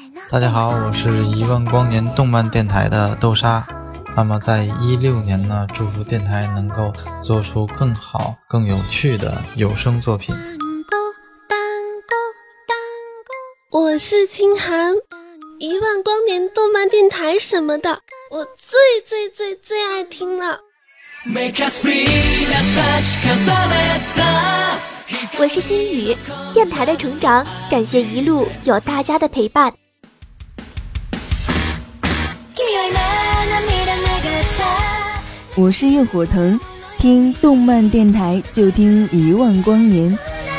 大家好，我是10000光年动漫电台的豆沙。那么在16年呢，祝福电台能够做出更好更有趣的有声作品。 我是清寒，10000光年动漫电台什么的我最爱听了。 我是心雨，电台的成长感谢一路有大家的陪伴。 我是焰火腾，听动漫电台就听10000光年。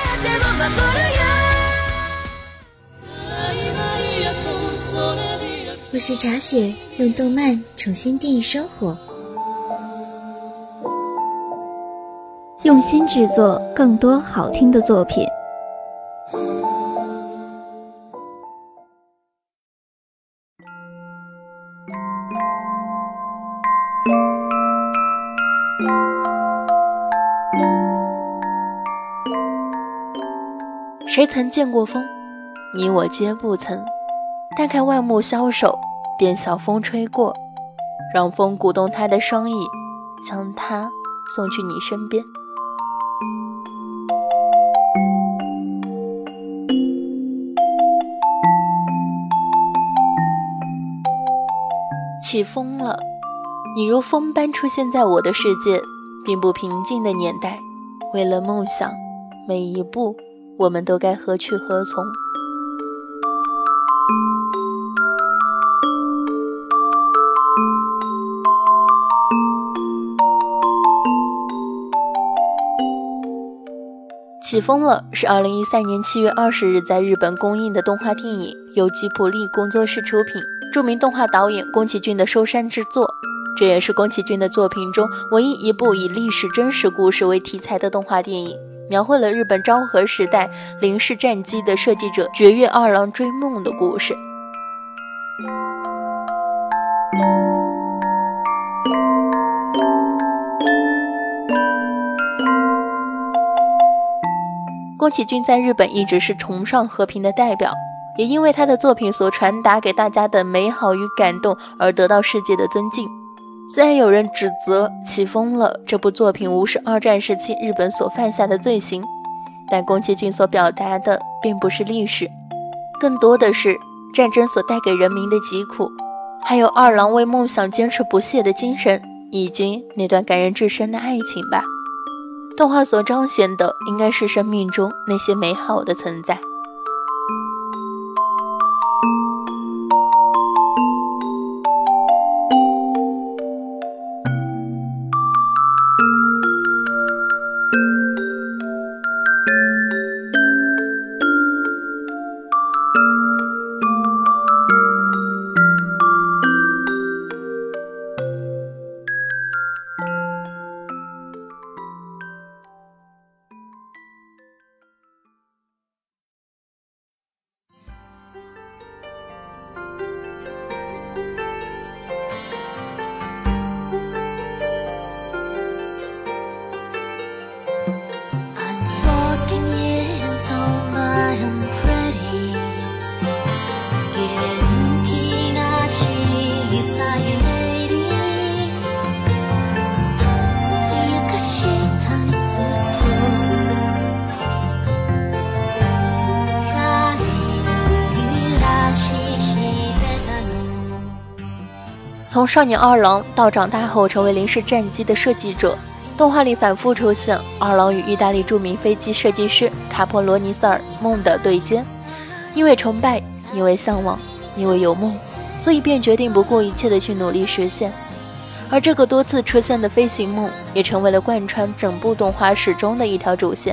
我是茶雪，用动漫重新定义生活， 用心制作更多好听的作品。谁曾见过风？你我皆不曾。但看万木消瘦，便晓风吹过，让风鼓动他的双翼，将他送去你身边。起风了，你如风般出现在我的世界，并不平静的年代，为了梦想，每一步我们都该何去何从。起风了是2013年7月20日在日本公映的动画电影，由吉卜力工作室出品，著名动画导演宫崎骏的收山之作。这也是宫崎骏的作品中唯一一部以历史真实故事为题材的动画电影，描绘了日本昭和时代零式战机的设计者绝月二郎追梦的故事。宫崎骏在日本一直是崇尚和平的代表，也因为他的作品所传达给大家的美好与感动而得到世界的尊敬。虽然有人指责《起风了》这部作品无视二战时期日本所犯下的罪行，但宫崎骏所表达的并不是历史，更多的是战争所带给人民的疾苦，还有二郎为梦想坚持不懈的精神，以及那段感人至深的爱情吧。动画所彰显的应该是生命中那些美好的存在。从少年二郎到长大后成为零式战机的设计者，动画里反复出现二郎与意大利著名飞机设计师卡波罗尼塞尔梦的对接。因为崇拜，因为向往，因为有梦，所以便决定不顾一切地去努力实现。而这个多次出现的飞行梦也成为了贯穿整部动画始终的一条主线。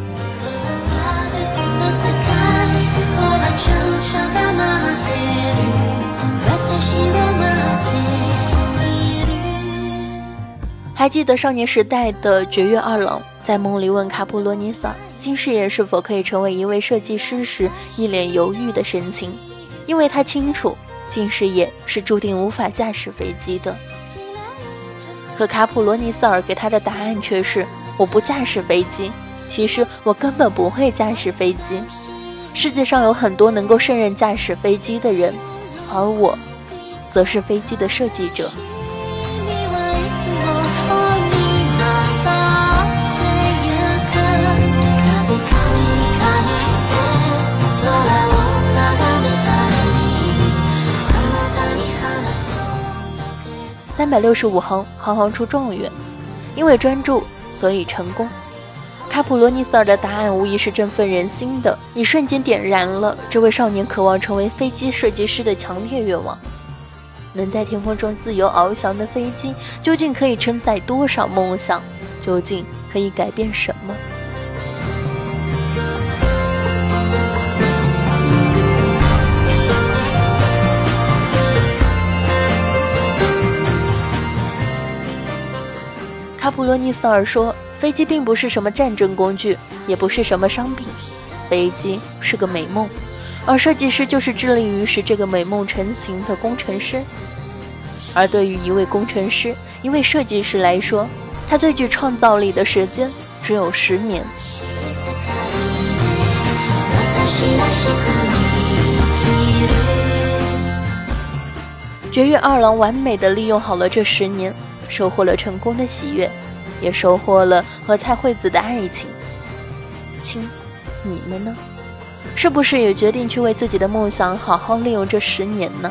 还记得少年时代的绝月二郎在梦里问卡普罗尼萨金世野是否可以成为一位设计师时一脸犹豫的神情，因为他清楚金世野是注定无法驾驶飞机的。可卡普罗尼萨尔给他的答案却是：我不驾驶飞机，其实我根本不会驾驶飞机， 世界上有很多能够胜任驾驶飞机的人，而我则是飞机的设计者。365行，行行出状元。因为专注，所以成功。卡普罗尼塞尔的答案无疑是振奋人心的，一瞬间点燃了这位少年渴望成为飞机设计师的强烈愿望。能在天空中自由翱翔的飞机，究竟可以承载多少梦想？究竟可以改变什么？卡普罗尼塞尔说，飞机并不是什么战争工具，也不是什么商品，飞机是个美梦，而设计师就是致力于使这个美梦成型的工程师。而对于一位工程师，一位设计师来说，他最具创造力的时间只有10年。绝育二郎完美地利用好了这10年，收获了成功的喜悦，也收获了和菜惠子的爱情。亲，你们呢？是不是也决定去为自己的梦想好好利用这10年呢？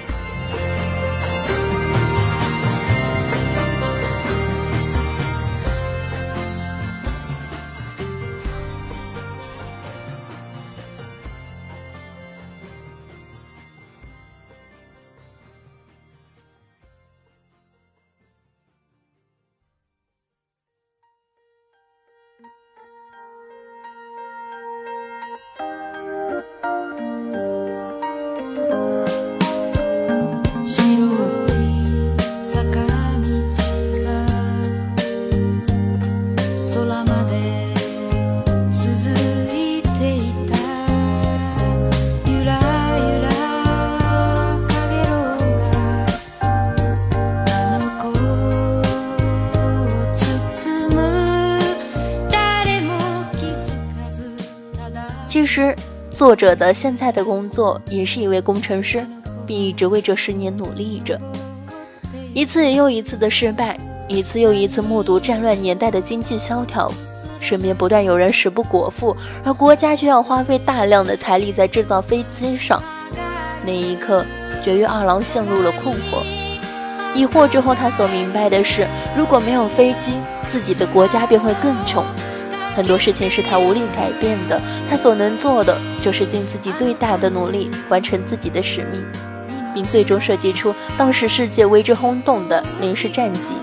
其实作者的现在的工作也是一位工程师，并一直为这10年努力着。一次又一次的失败，一次又一次目睹战乱年代的经济萧条，身边不断有人食不果腹，而国家却要花费大量的财力在制造飞机上。那一刻，绝育二郎陷入了困惑。疑惑之后，他所明白的是，如果没有飞机，自己的国家便会更穷。很多事情是他无力改变的，他所能做的就是尽自己最大的努力完成自己的使命，并最终设计出当时世界为之轰动的零式战机。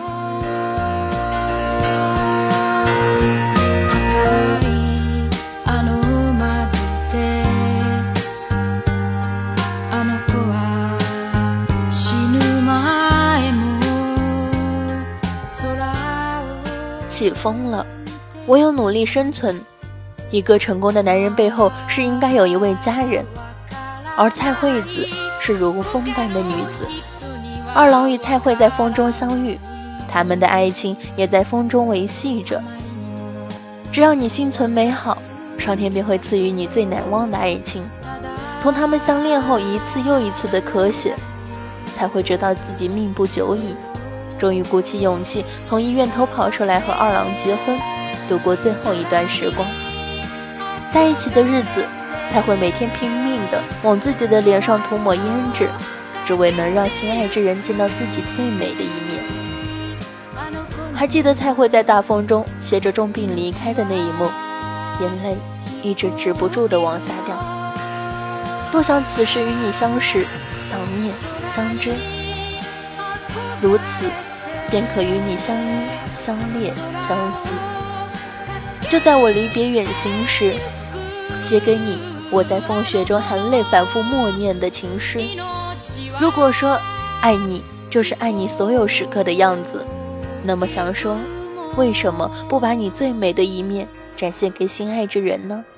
起风了，唯有努力生存。一个成功的男人背后是应该有一位家人，而蔡惠子是如风般的女子。二郎与蔡惠在风中相遇，他们的爱情也在风中维系着。只要你心存美好，上天便会赐予你最难忘的爱情。从他们相恋后一次又一次的咳血，才会知道自己命不久矣，终于鼓起勇气从医院偷跑出来和二郎结婚，度过最后一段时光。在一起的日子，才会每天拼命地往自己的脸上涂抹胭脂，只为能让心爱之人见到自己最美的一面。还记得蔡惠在大风中携着重病离开的那一幕，眼泪一直止不住地往下掉。多想此时与你相识、相念、相知，如此便可与你相依、相恋、相思。就在我离别远行时，写给你我在风雪中含泪反复默念的情诗。如果说爱你就是爱你所有时刻的样子，那么想说，为什么不把你最美的一面展现给心爱之人呢？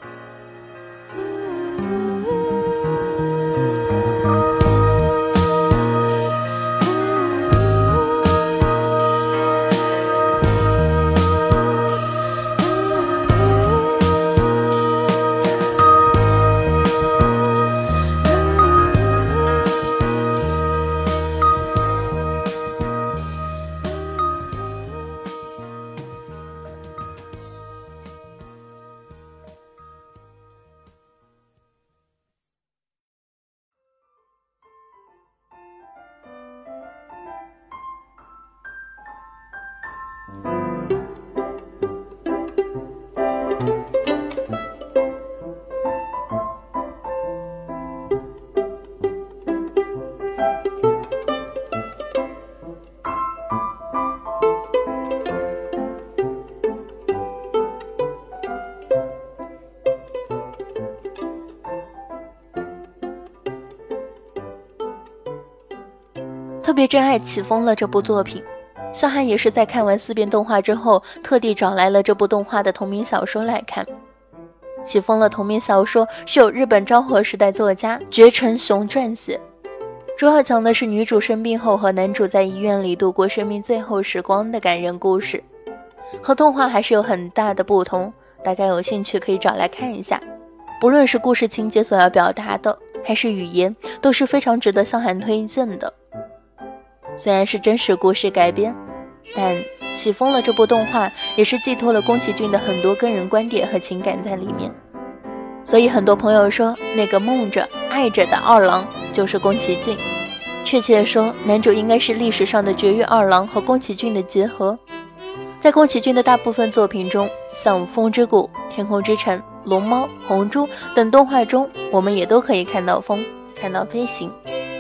特别珍爱《起风了》这部作品，肖汉也是在看完4遍动画之后，特地找来了这部动画的同名小说来看。《起风了》同名小说是由日本昭和时代作家绝尘雄撰写，主要讲的是女主生病后和男主在医院里度过生命最后时光的感人故事，和动画还是有很大的不同，大家有兴趣可以找来看一下。不论是故事情节所要表达的，还是语言，都是非常值得向涵推荐的。虽然是真实故事改编，但起风了这部动画也是寄托了宫崎骏的很多个人观点和情感在里面，所以很多朋友说那个梦着爱着的二郎就是宫崎骏，确切说男主应该是历史上的绝育二郎和宫崎骏的结合。在宫崎骏的大部分作品中，像风之谷、天空之城、龙猫、红猪等动画中，我们也都可以看到风，看到飞行。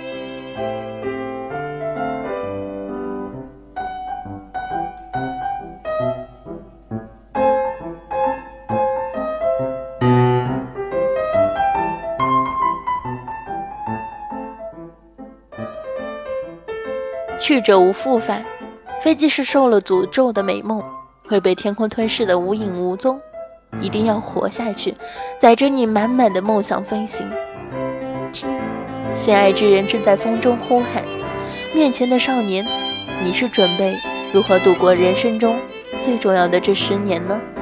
去者无复返，飞机是受了诅咒的美梦，会被天空吞噬的无影无踪，一定要活下去，载着你满满的梦想飞行。听，心爱之人正在风中呼喊，面前的少年，你是准备如何度过人生中最重要的这10年呢？